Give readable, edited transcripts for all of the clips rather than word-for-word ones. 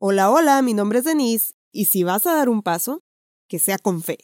Hola, hola, mi nombre es Denise, y si vas a dar un paso, que sea con fe.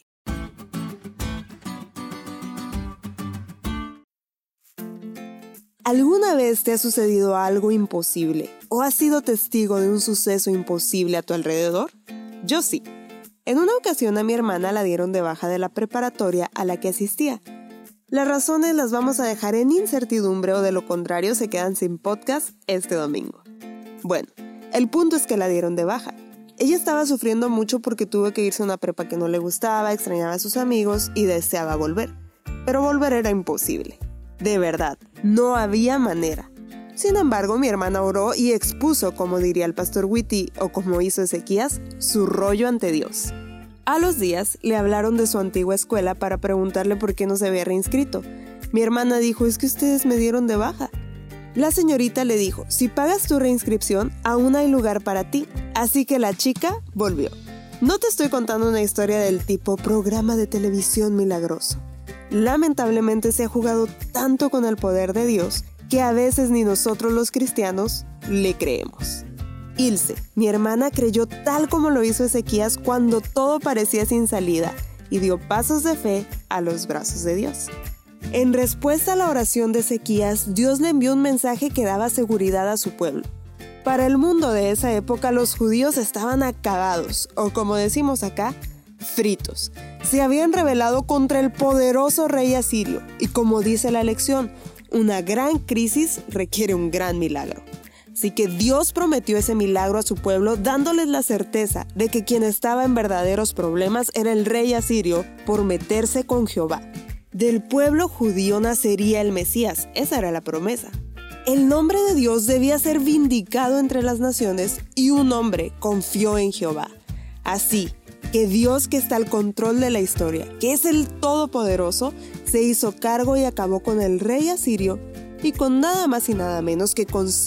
¿Alguna vez te ha sucedido algo imposible o has sido testigo de un suceso imposible a tu alrededor? Yo sí. En una ocasión a mi hermana la dieron de baja de la preparatoria a la que asistía. Las razones las vamos a dejar en incertidumbre o de lo contrario se quedan sin podcast este domingo. Bueno, el punto es que la dieron de baja. Ella estaba sufriendo mucho porque tuvo que irse a una prepa que no le gustaba, extrañaba a sus amigos y deseaba volver. Pero volver era imposible. De verdad, no había manera. Sin embargo, mi hermana oró y expuso, como diría el pastor Witty o como hizo Ezequías, su rollo ante Dios. A los días le hablaron de su antigua escuela para preguntarle por qué no se había reinscrito. Mi hermana dijo, es que ustedes me dieron de baja. La señorita le dijo, si pagas tu reinscripción, aún hay lugar para ti. Así que la chica volvió. No te estoy contando una historia del tipo programa de televisión milagroso. Lamentablemente se ha jugado tanto con el poder de Dios que a veces ni nosotros los cristianos le creemos. Ilse, mi hermana, creyó tal como lo hizo Ezequías cuando todo parecía sin salida y dio pasos de fe a los brazos de Dios. En respuesta a la oración de Ezequías, Dios le envió un mensaje que daba seguridad a su pueblo. Para el mundo de esa época, los judíos estaban acabados, o como decimos acá, fritos. Se habían rebelado contra el poderoso rey asirio, y como dice la lección, una gran crisis requiere un gran milagro. Así que Dios prometió ese milagro a su pueblo, dándoles la certeza de que quien estaba en verdaderos problemas era el rey asirio por meterse con Jehová. Del pueblo judío nacería el Mesías, esa era la promesa. El nombre de Dios debía ser vindicado entre las naciones y un hombre confió en Jehová. Así que Dios, que está al control de la historia, que es el Todopoderoso, se hizo cargo y acabó con el rey asirio y con nada más y nada menos que con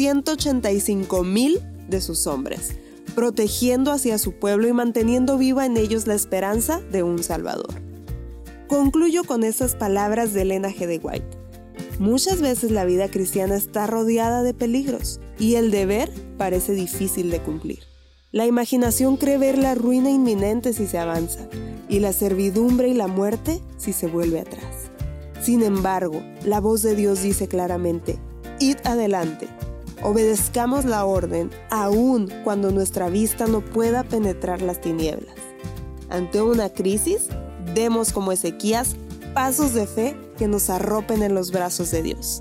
185,000 de sus hombres, protegiendo hacia su pueblo y manteniendo viva en ellos la esperanza de un Salvador. Concluyo con estas palabras de Elena G. de White. Muchas veces la vida cristiana está rodeada de peligros y el deber parece difícil de cumplir. La imaginación cree ver la ruina inminente si se avanza y la servidumbre y la muerte si se vuelve atrás. Sin embargo, la voz de Dios dice claramente, id adelante, obedezcamos la orden aun cuando nuestra vista no pueda penetrar las tinieblas. Ante una crisis, demos como Ezequías pasos de fe que nos arropen en los brazos de Dios.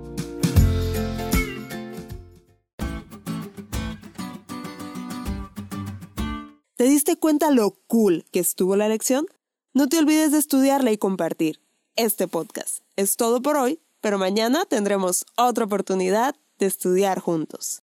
¿Te diste cuenta lo cool que estuvo la lección? No te olvides de estudiarla y compartir este podcast. Es todo por hoy, pero mañana tendremos otra oportunidad de estudiar juntos.